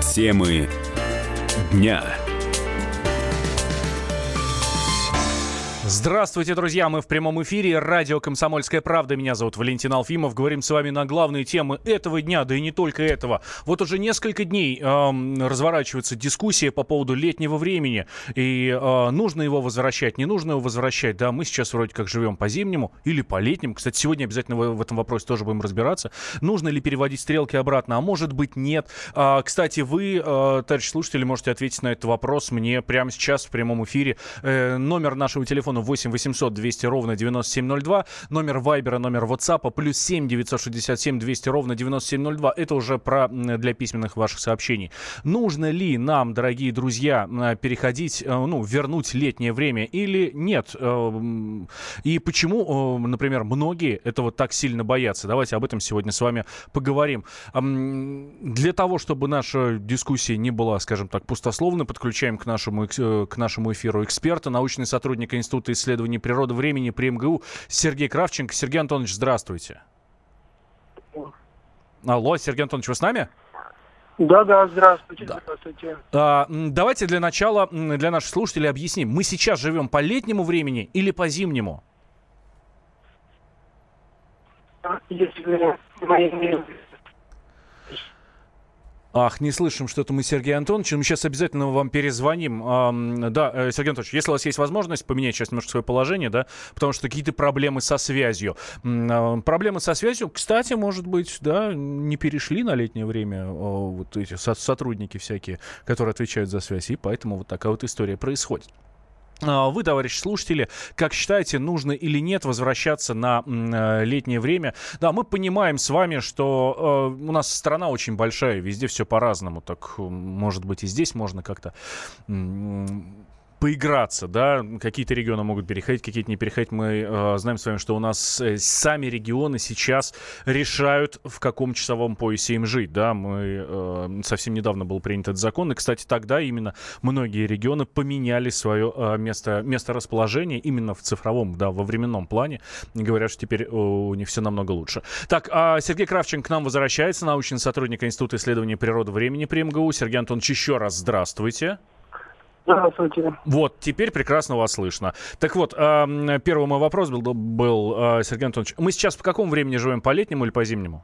Темы дня. Здравствуйте, друзья! Мы в прямом эфире. Радио «Комсомольская правда». Меня зовут Валентин Алфимов. Говорим с вами на главные темы этого дня, да и не только этого. Вот уже несколько дней разворачивается дискуссия по поводу летнего времени. И нужно его возвращать, не нужно его возвращать. Да, мы сейчас вроде как живем по-зимнему или по-летнему. Кстати, сегодня обязательно в этом вопросе тоже будем разбираться. Нужно ли переводить стрелки обратно, а может быть нет. Кстати, вы, товарищи слушатели, можете ответить на этот вопрос мне прямо сейчас в прямом эфире. Номер нашего телефона 8 800 200 ровно 9702. Номер Вайбера, номер WhatsApp +7 967 200 ровно 9702. Это уже для письменных ваших сообщений. Нужно ли нам, дорогие друзья, переходить, вернуть летнее время или нет? И почему, например, многие этого так сильно боятся? Давайте об этом сегодня с вами поговорим. Для того, чтобы наша дискуссия не была, скажем так, пустословной, подключаем к нашему эфиру эксперта, научный сотрудник Института исследований природы времени при МГУ Сергей Кравченко. Сергей Антонович, здравствуйте. Алло, Сергей Антонович, вы с нами? Да, здравствуйте. Да. Здравствуйте. Давайте для начала для наших слушателей объясним. Мы сейчас живем по летнему времени или по зимнему? Если мои... Ах, не слышим что-то мы, Сергей Антонович. Мы сейчас обязательно вам перезвоним. Да, Сергей Антонович, если у вас есть возможность поменять сейчас немножко свое положение, да, потому что какие-то проблемы со связью. Проблемы со связью, кстати, может быть, да, не перешли на летнее время вот эти сотрудники всякие, которые отвечают за связь, и поэтому вот такая вот история происходит. Вы, товарищи слушатели, как считаете, нужно или нет возвращаться на летнее время? Да, мы понимаем с вами, что у нас страна очень большая, везде все по-разному. Так, может быть, и здесь можно как-то поиграться, да, какие-то регионы могут переходить, какие-то не переходить. Мы знаем с вами, что у нас сами регионы сейчас решают, в каком часовом поясе им жить, да, совсем недавно был принят этот закон, и, кстати, тогда именно многие регионы поменяли свое место расположения именно в цифровом, да, во временном плане, и говорят, что теперь у них все намного лучше. Так, Сергей Кравченко к нам возвращается, научный сотрудник Института исследований природы времени при МГУ. Сергей Антонович, еще раз здравствуйте. Здравствуйте. Вот, теперь прекрасно вас слышно. Так вот, первый мой вопрос был, Сергей Антонович, мы сейчас по какому времени живем, по летнему или по зимнему?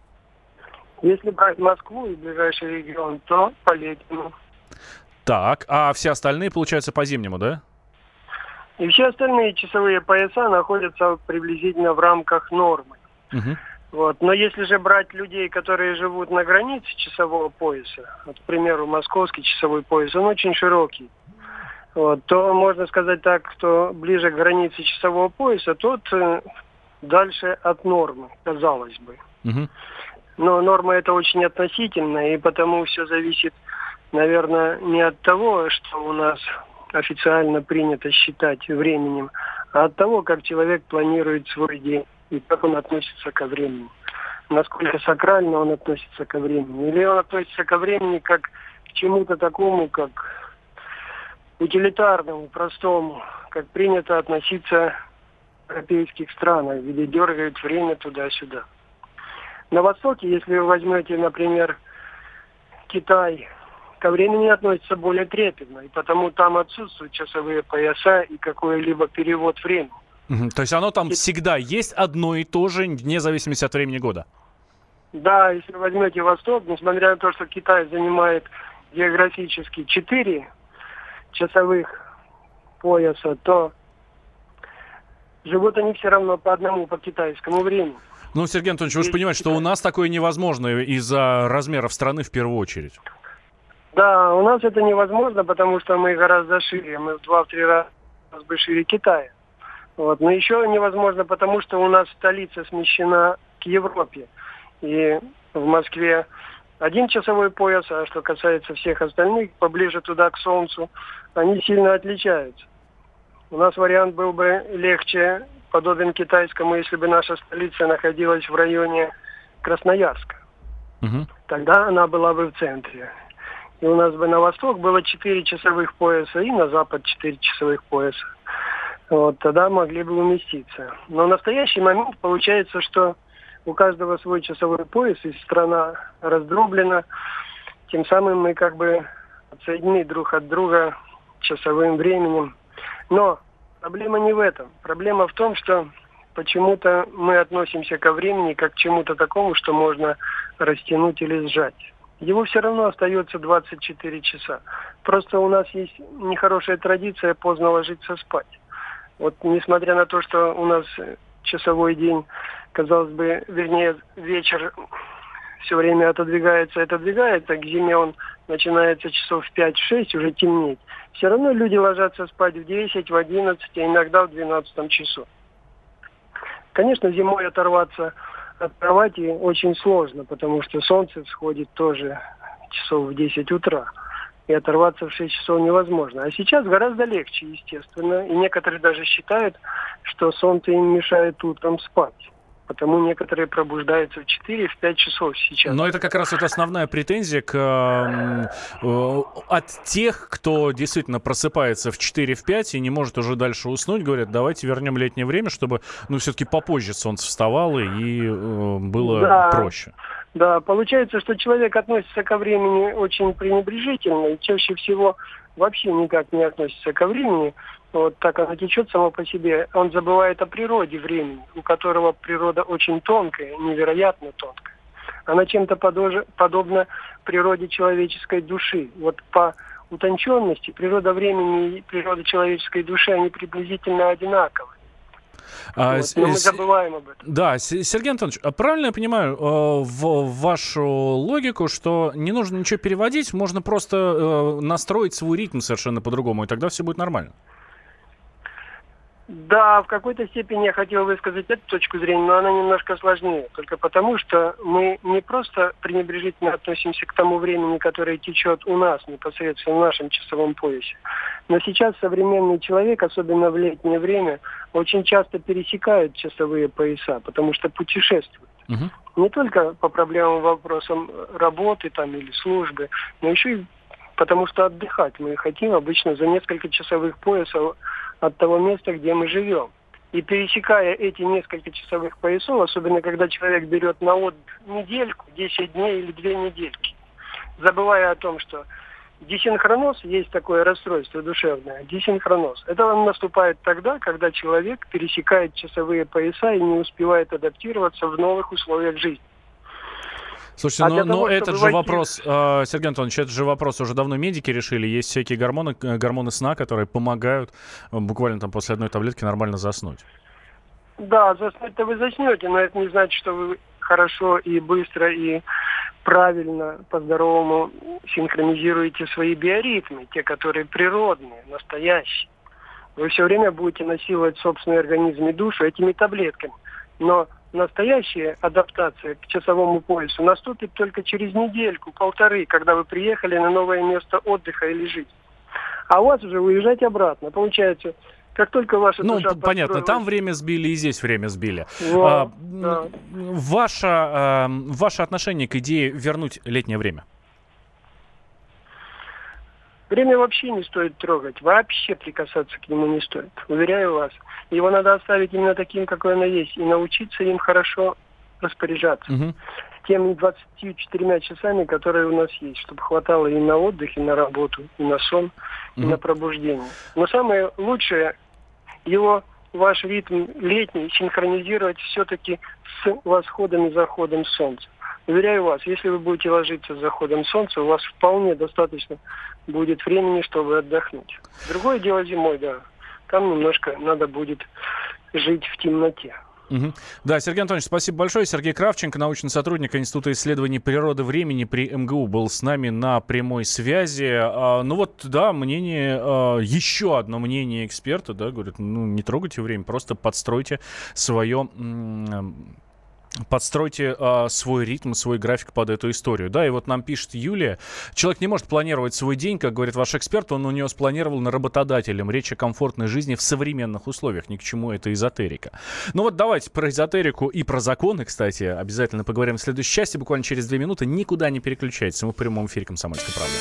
Если брать Москву и ближайший регион, то по летнему. Так, а все остальные, получается, по зимнему, да? И все остальные часовые пояса находятся приблизительно в рамках нормы. Угу. Вот. Но если же брать людей, которые живут на границе часового пояса, вот, к примеру, московский часовой пояс, он очень широкий, вот, то можно сказать так, что ближе к границе часового пояса, тот дальше от нормы, казалось бы. Угу. Но норма это очень относительно, и потому все зависит, наверное, не от того, что у нас официально принято считать временем, а от того, как человек планирует свой день. И как он относится ко времени. Насколько сакрально он относится ко времени. Или он относится ко времени как к чему-то такому, как утилитарному, простому, как принято относиться в европейских странах, где дергают время туда-сюда. На Востоке, если вы возьмете, например, Китай, ко времени относится более трепетно, и потому там отсутствуют часовые пояса и какой-либо перевод времени. То есть оно там всегда есть одно и то же, вне зависимости от времени года? Да, если вы возьмете Восток, несмотря на то, что Китай занимает географически 4 часовых пояса, то живут они все равно по одному, по китайскому времени. Ну, Сергей Антонович, вы же понимаете, что у нас такое невозможно из-за размеров страны в первую очередь. Да, у нас это невозможно, потому что мы гораздо шире, мы в 2-3 раза шире Китая. Вот. Но еще невозможно, потому что у нас столица смещена к Европе. И в Москве 1 часовой пояс, а что касается всех остальных, поближе туда к Солнцу, они сильно отличаются. У нас вариант был бы легче, подобен китайскому, если бы наша столица находилась в районе Красноярска. Угу. Тогда она была бы в центре. И у нас бы на восток было 4 часовых пояса, и на запад 4 часовых пояса. Вот, тогда могли бы уместиться. Но в настоящий момент получается, что у каждого свой часовой пояс, и страна раздроблена. Тем самым мы как бы отсоединены друг от друга часовым временем. Но проблема не в этом. Проблема в том, что почему-то мы относимся ко времени как к чему-то такому, что можно растянуть или сжать. Его все равно остается 24 часа. Просто у нас есть нехорошая традиция поздно ложиться спать. Вот несмотря на то, что у нас часовой день, казалось бы, вернее, вечер все время отодвигается, к зиме он начинается часов в 5-6, уже темнеет. Все равно люди ложатся спать в 10, в 11, а иногда в 12 часу. Конечно, зимой оторваться от кровати очень сложно, потому что солнце всходит тоже часов в 10 утра. И оторваться в 6 часов невозможно. А сейчас гораздо легче, естественно. И некоторые даже считают, что солнце им мешает утром спать. Потому некоторые пробуждаются в 4-5 часов сейчас. Но это как раз вот основная претензия от тех, кто действительно просыпается в 4-5 и не может уже дальше уснуть. Говорят, давайте вернем летнее время, чтобы все-таки попозже солнце вставало и было проще. Да, получается, что человек относится ко времени очень пренебрежительно и чаще всего вообще никак не относится ко времени. Вот так оно течет само по себе. Он забывает о природе времени, у которого природа очень тонкая, невероятно тонкая. Она чем-то подобна природе человеческой души. Вот по утонченности природа времени и природа человеческой души, они приблизительно одинаковы. Но мы забываем об этом. Да, Сергей Антонович, правильно я понимаю вашу логику, что не нужно ничего переводить, можно просто настроить свой ритм совершенно по-другому, и тогда все будет нормально? Да, в какой-то степени я хотел высказать эту точку зрения, но она немножко сложнее. Только потому, что мы не просто пренебрежительно относимся к тому времени, которое течет у нас, непосредственно в нашем часовом поясе. Но сейчас современный человек, особенно в летнее время, очень часто пересекает часовые пояса, потому что путешествует. Не только по проблемам, вопросам работы там, или службы, но еще и потому что отдыхать мы хотим обычно за несколько часовых поясов от того места, где мы живем. И пересекая эти несколько часовых поясов, особенно когда человек берет на отдых недельку, 10 дней или 2 недельки, забывая о том, что десинхроноз, есть такое расстройство душевное, десинхроноз. Это он наступает тогда, когда человек пересекает часовые пояса и не успевает адаптироваться в новых условиях жизни. Слушайте, но этот же вопрос, Сергей Антонович, это же вопрос уже давно медики решили. Есть всякие гормоны сна, которые помогают буквально там после одной таблетки нормально заснуть. Да, заснуть-то вы заснете, но это не значит, что вы хорошо и быстро и правильно, по-здоровому синхронизируете свои биоритмы, те, которые природные, настоящие. Вы все время будете насиловать собственный организм и душу этими таблетками. Но настоящая адаптация к часовому поясу наступит только через недельку-полторы, когда вы приехали на новое место отдыха или жизни. А у вас уже уезжать обратно. Получается, как только ваша душа... понятно, там время сбили и здесь время сбили. Вот, да. Ваше отношение к идее вернуть летнее время? Время вообще не стоит трогать, вообще прикасаться к нему не стоит, уверяю вас. Его надо оставить именно таким, какой оно есть, и научиться им хорошо распоряжаться. Теми 24 часами, которые у нас есть, чтобы хватало и на отдых, и на работу, и на сон, и на пробуждение. Но самое лучшее, ваш ритм летний синхронизировать все-таки с восходом и заходом солнца. Уверяю вас, если вы будете ложиться с заходом солнца, у вас вполне достаточно будет времени, чтобы отдохнуть. Другое дело зимой, да. Там немножко надо будет жить в темноте. Да, Сергей Антонович, спасибо большое. Сергей Кравченко, научный сотрудник Института исследований природы времени при МГУ, был с нами на прямой связи. Мнение, еще одно мнение эксперта, да, говорит, не трогайте время, просто подстройте свой ритм, свой график под эту историю. Да, и вот нам пишет Юлия. Человек не может планировать свой день, как говорит ваш эксперт, он у него спланировал на работодателем. Речь о комфортной жизни в современных условиях. Ни к чему это эзотерика. Давайте про эзотерику и про законы, кстати, обязательно поговорим в следующей части, буквально через 2 минуты. Никуда не переключайтесь. Мы в прямом эфире «Комсомольской правды».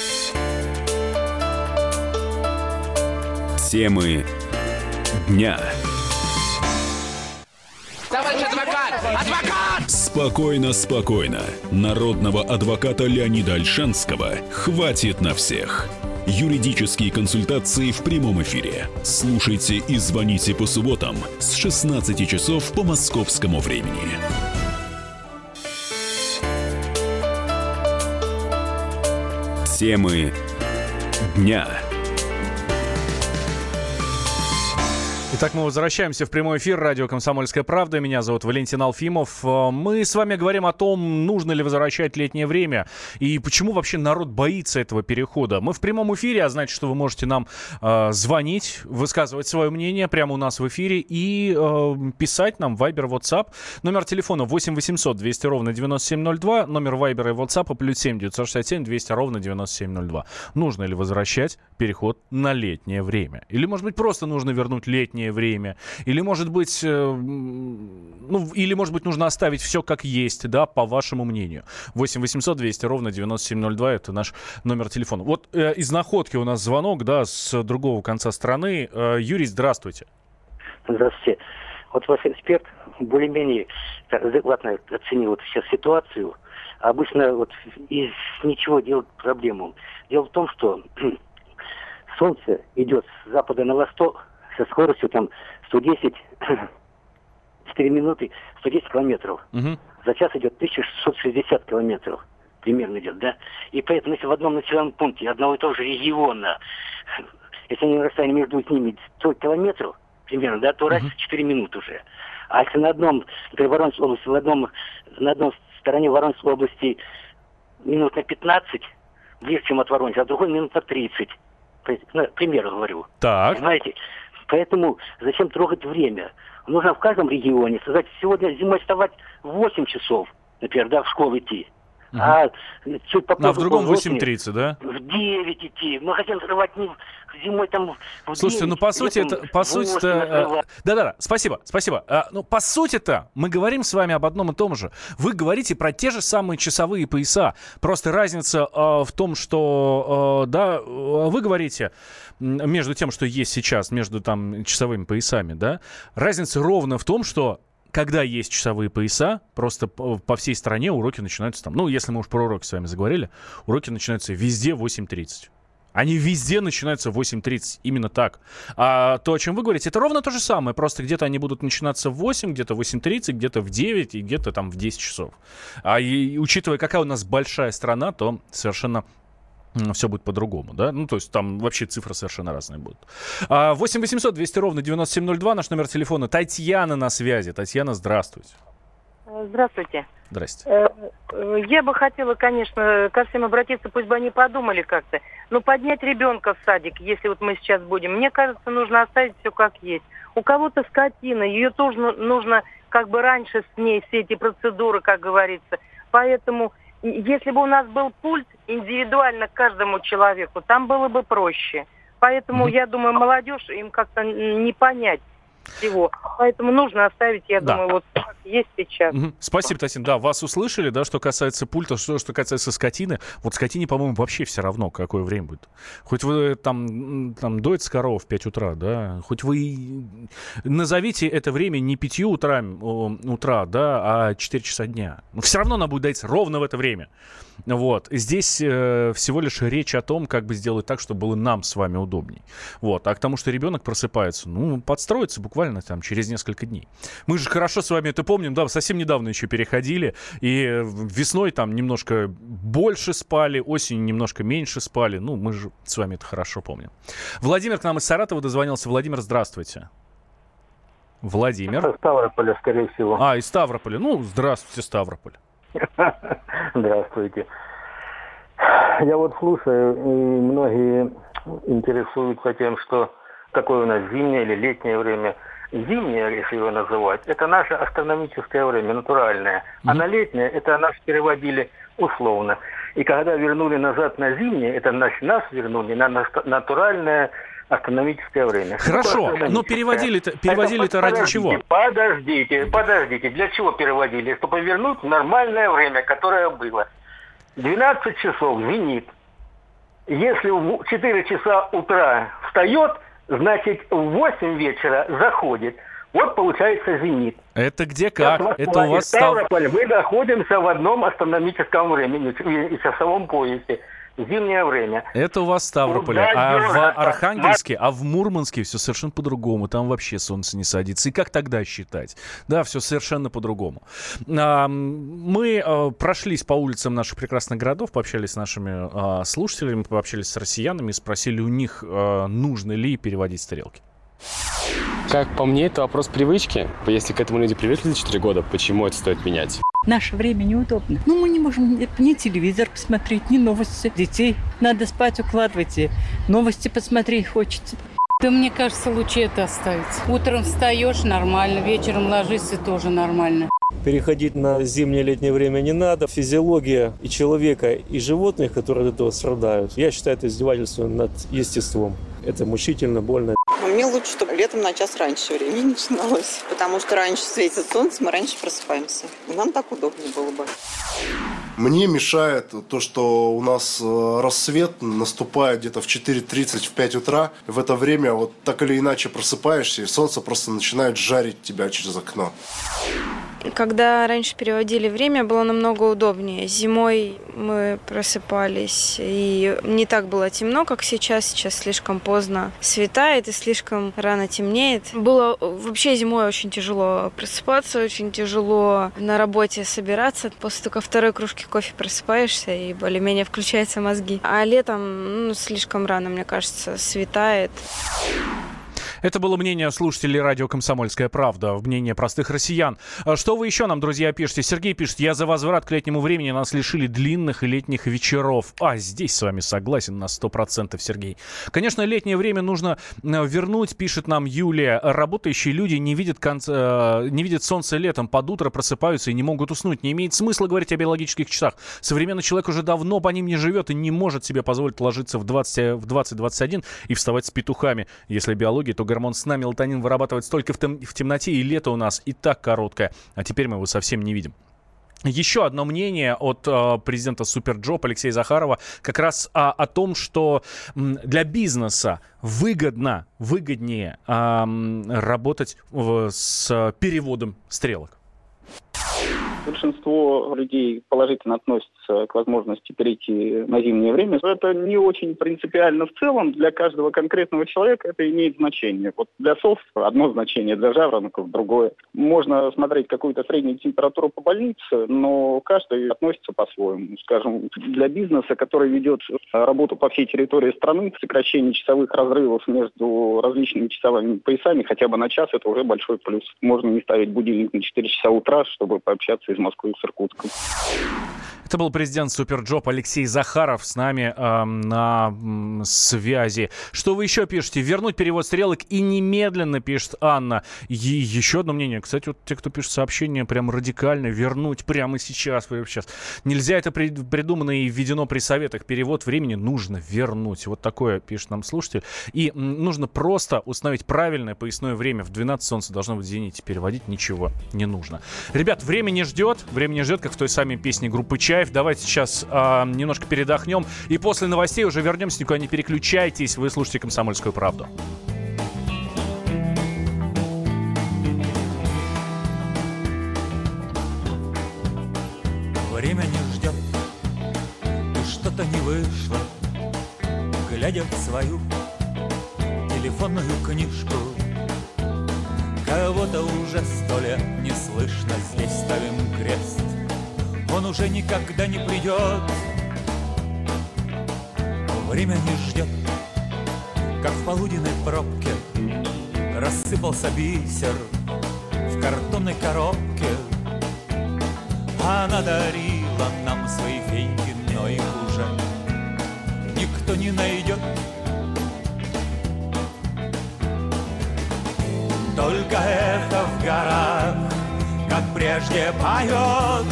Темы дня. Товарищ адвокат! Адвокат! Спокойно, спокойно. Народного адвоката Леонида Ольшанского хватит на всех. Юридические консультации в прямом эфире. Слушайте и звоните по субботам с 16 часов по московскому времени. Темы дня. Итак, мы возвращаемся в прямой эфир радио «Комсомольская правда». Меня зовут Валентин Алфимов. Мы с вами говорим о том, нужно ли возвращать летнее время и почему вообще народ боится этого перехода. Мы в прямом эфире, а значит, что вы можете нам звонить, высказывать свое мнение прямо у нас в эфире и писать нам в Viber, WhatsApp. Номер телефона 8 800 200 ровно 9702. Номер Viber и WhatsApp +7 967 200 ровно 9702. Нужно ли возвращать переход на летнее время? Или, может быть, просто нужно вернуть летнее время, или, может быть, нужно оставить все как есть, да, по вашему мнению. 8 800 200 ровно 9702, это наш номер телефона. Вот из Находки у нас звонок, да, с другого конца страны. Юрий, здравствуйте. Здравствуйте. Вот ваш эксперт более-менее адекватно оценил вот сейчас ситуацию. Обычно вот из ничего делать проблему. Дело в том, что солнце идет с запада на восток со скоростью там 110, 4 минуты, 110 километров. За час идет 1660 километров. Примерно идет, да? И поэтому, если в одном населенном пункте одного и того же региона, если они расстояние между ними 100 километров, примерно, да, то разница 4 минуты уже. А если на одном, например, Воронежской области, на одной стороне Воронежской области минут на 15, ближе, чем от Воронежа, а другой минут на 30. К примеру говорю. Так. Понимаете? Поэтому зачем трогать время? Нужно в каждом регионе сказать, сегодня зимой вставать в 8 часов, например, да, в школу идти. А чуть попозже... А в другом 8:30, да? В 9 идти. Мы хотим взрывать не зимой там в Слушайте, 9, ну по сути это... Да-да-да, спасибо. По сути-то мы говорим с вами об одном и том же. Вы говорите про те же самые часовые пояса. Просто разница в том, что, вы говорите между тем, что есть сейчас, между там часовыми поясами, да, разница ровно в том, что когда есть часовые пояса, просто по всей стране уроки начинаются там. Ну, если мы уж про уроки с вами заговорили, уроки начинаются везде в 8:30. Они везде начинаются в 8:30. Именно так. А то, о чем вы говорите, это ровно то же самое. Просто где-то они будут начинаться в 8, где-то в 8:30, где-то в 9 и где-то там в 10 часов. И учитывая, какая у нас большая страна, то совершенно... все будет по-другому, да? Ну, то есть там вообще цифры совершенно разные будут. 8 800 200 ровно 9702, наш номер телефона. Татьяна на связи. Татьяна, здравствуйте. Здравствуйте. Здрасте. Я бы хотела, конечно, ко всем обратиться, пусть бы они подумали как-то. Но поднять ребенка в садик, если вот мы сейчас будем, мне кажется, нужно оставить все как есть. У кого-то скотина, ее тоже нужно как бы раньше с ней все эти процедуры, как говорится. Поэтому... Если бы у нас был пульт индивидуально к каждому человеку, там было бы проще. Поэтому, я думаю, молодежь им как-то не понять всего. Поэтому нужно оставить, я думаю, вот как есть сейчас. Спасибо, Татьяна. Да, вас услышали, да, что касается пульта, что касается скотины. Вот скотине, по-моему, вообще все равно, какое время будет. Хоть вы там доится корова в 5 утра, да, хоть вы назовите это время не 5 утра, да, а 4 часа дня. Но все равно она будет доиться ровно в это время. Вот. Здесь всего лишь речь о том, как бы сделать так, чтобы было нам с вами удобней. Вот. А к тому, что ребенок просыпается, подстроится буквально там через несколько дней. Мы же хорошо с вами это помним, да, совсем недавно еще переходили, и весной там немножко больше спали, осенью немножко меньше спали. Ну, мы же с вами это хорошо помним. Владимир к нам из Саратова дозвонился. Владимир, здравствуйте. Владимир. Из Ставрополя, скорее всего. Из Ставрополя. Здравствуйте, Ставрополь. Здравствуйте. Я вот слушаю, и многие интересуются тем, что какое у нас зимнее или летнее время. Зимнее, если его называть, это наше астрономическое время, натуральное. А на летнее, это нас переводили условно. И когда вернули назад на зимнее, это нас вернули на натуральное астрономическое время. Хорошо, но переводили-то ради чего? Подождите. Для чего переводили? Чтобы вернуть нормальное время, которое было. 12 часов зенит. Если в 4 часа утра встает, значит в 8 вечера заходит. Вот получается «Зенит». Это где как? Это у вас Ставрополь. Мы находимся в одном астрономическом времени и часовом поясе. Зимнее время. Это у вас в Ставрополе. А в Архангельске, а в Мурманске все совершенно по-другому. Там вообще солнце не садится. И как тогда считать? Да, все совершенно по-другому. Мы прошлись по улицам наших прекрасных городов, пообщались с нашими слушателями, пообщались с россиянами и спросили у них, нужно ли переводить стрелки. Как по мне, это вопрос привычки. Если к этому люди привыкли за 4 года, почему это стоит менять? Наше время неудобно. Мы не можем ни телевизор посмотреть, ни новости. Детей надо спать укладывать, и новости посмотреть хочется. Да мне кажется, лучше это оставить. Утром встаешь нормально, вечером ложишься тоже нормально. Переходить на зимнее-летнее время не надо. Физиология и человека, и животных, которые от этого страдают, я считаю, это издевательство над естеством. Это мучительно, больно. Мне лучше, чтобы летом на час раньше время начиналось. Потому что раньше светит солнце, мы раньше просыпаемся. И нам так удобнее было бы. Мне мешает то, что у нас рассвет наступает где-то в 4:30, в 5 утра. В это время вот так или иначе просыпаешься, и солнце просто начинает жарить тебя через окно. Когда раньше переводили время, было намного удобнее. Зимой мы просыпались, и не так было темно, как сейчас. Сейчас слишком поздно светает и слишком рано темнеет. Было вообще зимой очень тяжело просыпаться, очень тяжело на работе собираться. После только второй кружки кофе просыпаешься, и более-менее включаются мозги. А летом слишком рано, мне кажется, светает. Это было мнение слушателей радио «Комсомольская правда», мнение простых россиян. Что вы еще нам, друзья, пишете? Сергей пишет: я за возврат к летнему времени, нас лишили длинных и летних вечеров. Здесь с вами согласен на 100%, Сергей. Конечно, летнее время нужно вернуть, пишет нам Юлия. Работающие люди не видят солнце летом, под утро просыпаются и не могут уснуть. Не имеет смысла говорить о биологических часах. Современный человек уже давно по ним не живет и не может себе позволить ложиться в 20-21 и вставать с петухами. Если биология, то гормон сна мелатонин вырабатывается только в темноте, и лето у нас и так короткое, а теперь мы его совсем не видим. Еще одно мнение от президента Суперджоп Алексея Захарова как раз о том, что для бизнеса выгоднее работать с переводом стрелок. Большинство людей положительно относятся к возможности перейти на зимнее время. Это не очень принципиально в целом. Для каждого конкретного человека это имеет значение. Вот для сов одно значение, для жаворонков другое. Можно смотреть какую-то среднюю температуру по больнице, но каждый относится по-своему. Скажем, для бизнеса, который ведет работу по всей территории страны, сокращение часовых разрывов между различными часовыми поясами хотя бы на час, это уже большой плюс. Можно не ставить будильник на 4 часа утра, чтобы пообщаться из Москвы с Иркутском. Это был президент Суперджоп Алексей Захаров с нами на связи. Что вы еще пишете? Вернуть перевод стрелок и немедленно, пишет Анна. И еще одно мнение. Кстати, вот те, кто пишет сообщения, прям радикально вернуть прямо сейчас. Нельзя, это придумано и введено при советах. Перевод времени нужно вернуть. Вот такое пишет нам слушатель. И нужно просто установить правильное поясное время. В 12 солнце должно быть в зените. Переводить ничего не нужно. Ребят, время не ждет, как в той самой песне группы Чаев. Давайте сейчас немножко передохнем. И после новостей уже вернемся. Никуда не переключайтесь. Вы слушаете «Комсомольскую правду». Время не ждет, и что-то не вышло. Глядя в свою телефонную книжку, кого-то уже 100 лет не слышно. Здесь ставим крест. Он уже никогда не придет. Время не ждет, как в полуденной пробке рассыпался бисер в картонной коробке. Она дарила нам свои феньки, но их уже никто не найдет. Только эхо в горах, как прежде, поет.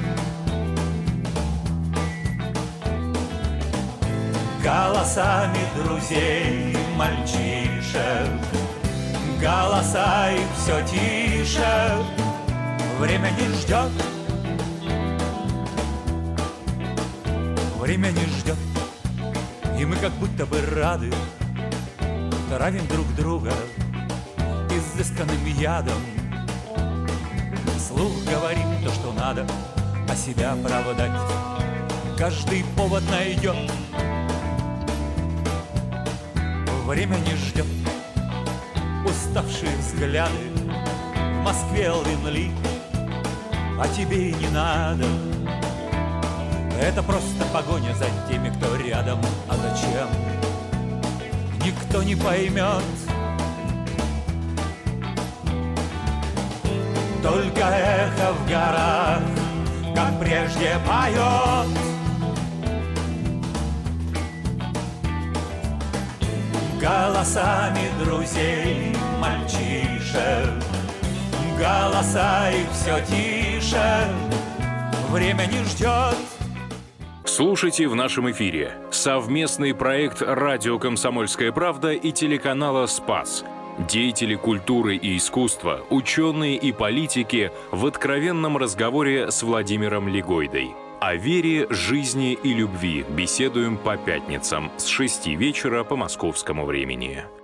Голосами друзей, мальчишек, голоса их все тише. Время не ждет, время не ждет, и мы как будто бы рады травим друг друга и изысканным ядом. Вслух говорим то, что надо, а себя оправдать каждый повод найдет. Время не ждет, уставшие взгляды в Москве лынли, а тебе и не надо. Это просто погоня за теми, кто рядом. А зачем? Никто не поймет. Только эхо в горах, как прежде, поет. Голосами друзей, мальчишек, голоса их все тише. Время не ждет. Слушайте в нашем эфире совместный проект «Радио Комсомольская правда» и телеканала «Спас». Деятели культуры и искусства, ученые и политики в откровенном разговоре с Владимиром Легойдой. О вере, жизни и любви беседуем по пятницам с 6 вечера по московскому времени.